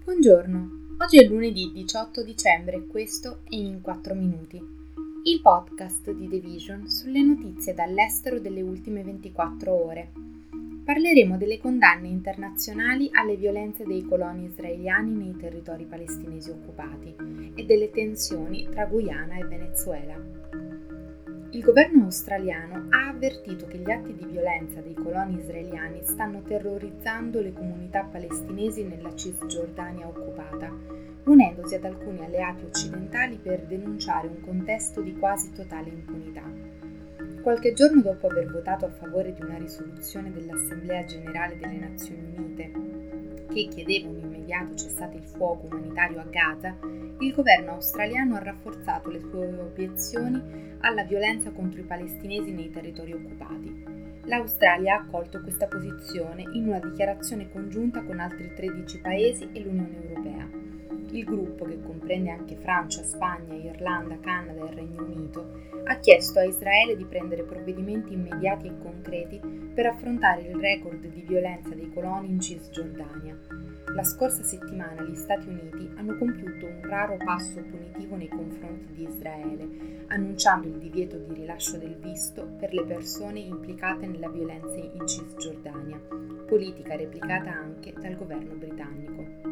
Buongiorno, oggi è lunedì 18 dicembre e questo è In 4 Minuti, il podcast di The Vision sulle notizie dall'estero delle ultime 24 ore. Parleremo delle condanne internazionali alle violenze dei coloni israeliani nei territori palestinesi occupati e delle tensioni tra Guyana e Venezuela. Il governo australiano ha avvertito che gli atti di violenza dei coloni israeliani stanno terrorizzando le comunità palestinesi nella Cisgiordania occupata, unendosi ad alcuni alleati occidentali per denunciare un contesto di quasi totale impunità. Qualche giorno dopo aver votato a favore di una risoluzione dell'Assemblea Generale delle Nazioni Unite che chiedeva un immediato cessate il fuoco umanitario a Gaza, il governo australiano ha rafforzato le sue obiezioni alla violenza contro i palestinesi nei territori occupati. L'Australia ha accolto questa posizione in una dichiarazione congiunta con altri 13 paesi e l'Unione Europea. Il gruppo, che comprende anche Francia, Spagna, Irlanda, Canada e Regno Unito, ha chiesto a Israele di prendere provvedimenti immediati e concreti per affrontare il record di violenza dei coloni in Cisgiordania. La scorsa settimana gli Stati Uniti hanno compiuto un raro passo punitivo nei confronti di Israele, annunciando il divieto di rilascio del visto per le persone implicate nella violenza in Cisgiordania, politica replicata anche dal governo britannico.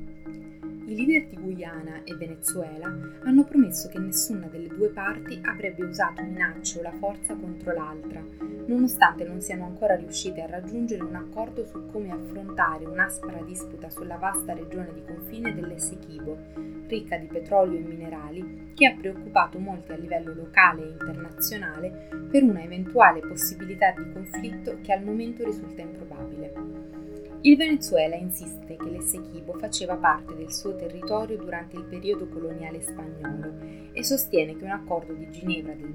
I leader di Guyana e Venezuela hanno promesso che nessuna delle due parti avrebbe usato minacce o la forza contro l'altra, nonostante non siano ancora riuscite a raggiungere un accordo su come affrontare un'aspra disputa sulla vasta regione di confine dell'Essequibo, ricca di petrolio e minerali, che ha preoccupato molti a livello locale e internazionale per una eventuale possibilità di conflitto che al momento risulta improbabile. Il Venezuela insiste che l'Essequibo faceva parte del suo territorio durante il periodo coloniale spagnolo e sostiene che un accordo di Ginevra del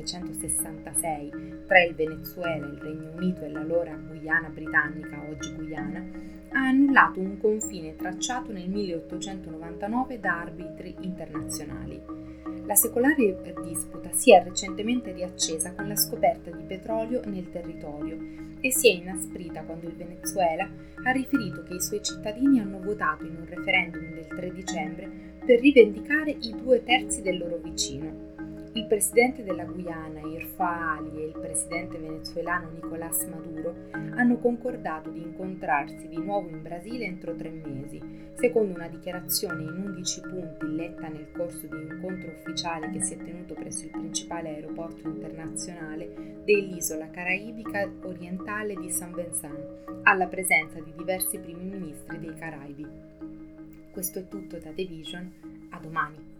1966 tra il Venezuela, il Regno Unito e l'allora Guyana britannica, oggi Guyana, ha annullato un confine tracciato nel 1899 da arbitri internazionali. La secolare disputa si è recentemente riaccesa con la scoperta di petrolio nel territorio e si è inasprita quando il Venezuela ha riferito che i suoi cittadini hanno votato in un referendum del 3 dicembre per rivendicare i 2/3 del loro vicino. Il presidente della Guyana, Irfaa Ali, e il presidente venezuelano Nicolás Maduro hanno concordato di incontrarsi di nuovo in Brasile entro 3 mesi, secondo una dichiarazione in 11 punti letta nel corso di un incontro ufficiale che si è tenuto presso il principale aeroporto internazionale dell'isola caraibica orientale di San Vincent, alla presenza di diversi primi ministri dei Caraibi. Questo è tutto da The Vision, a domani.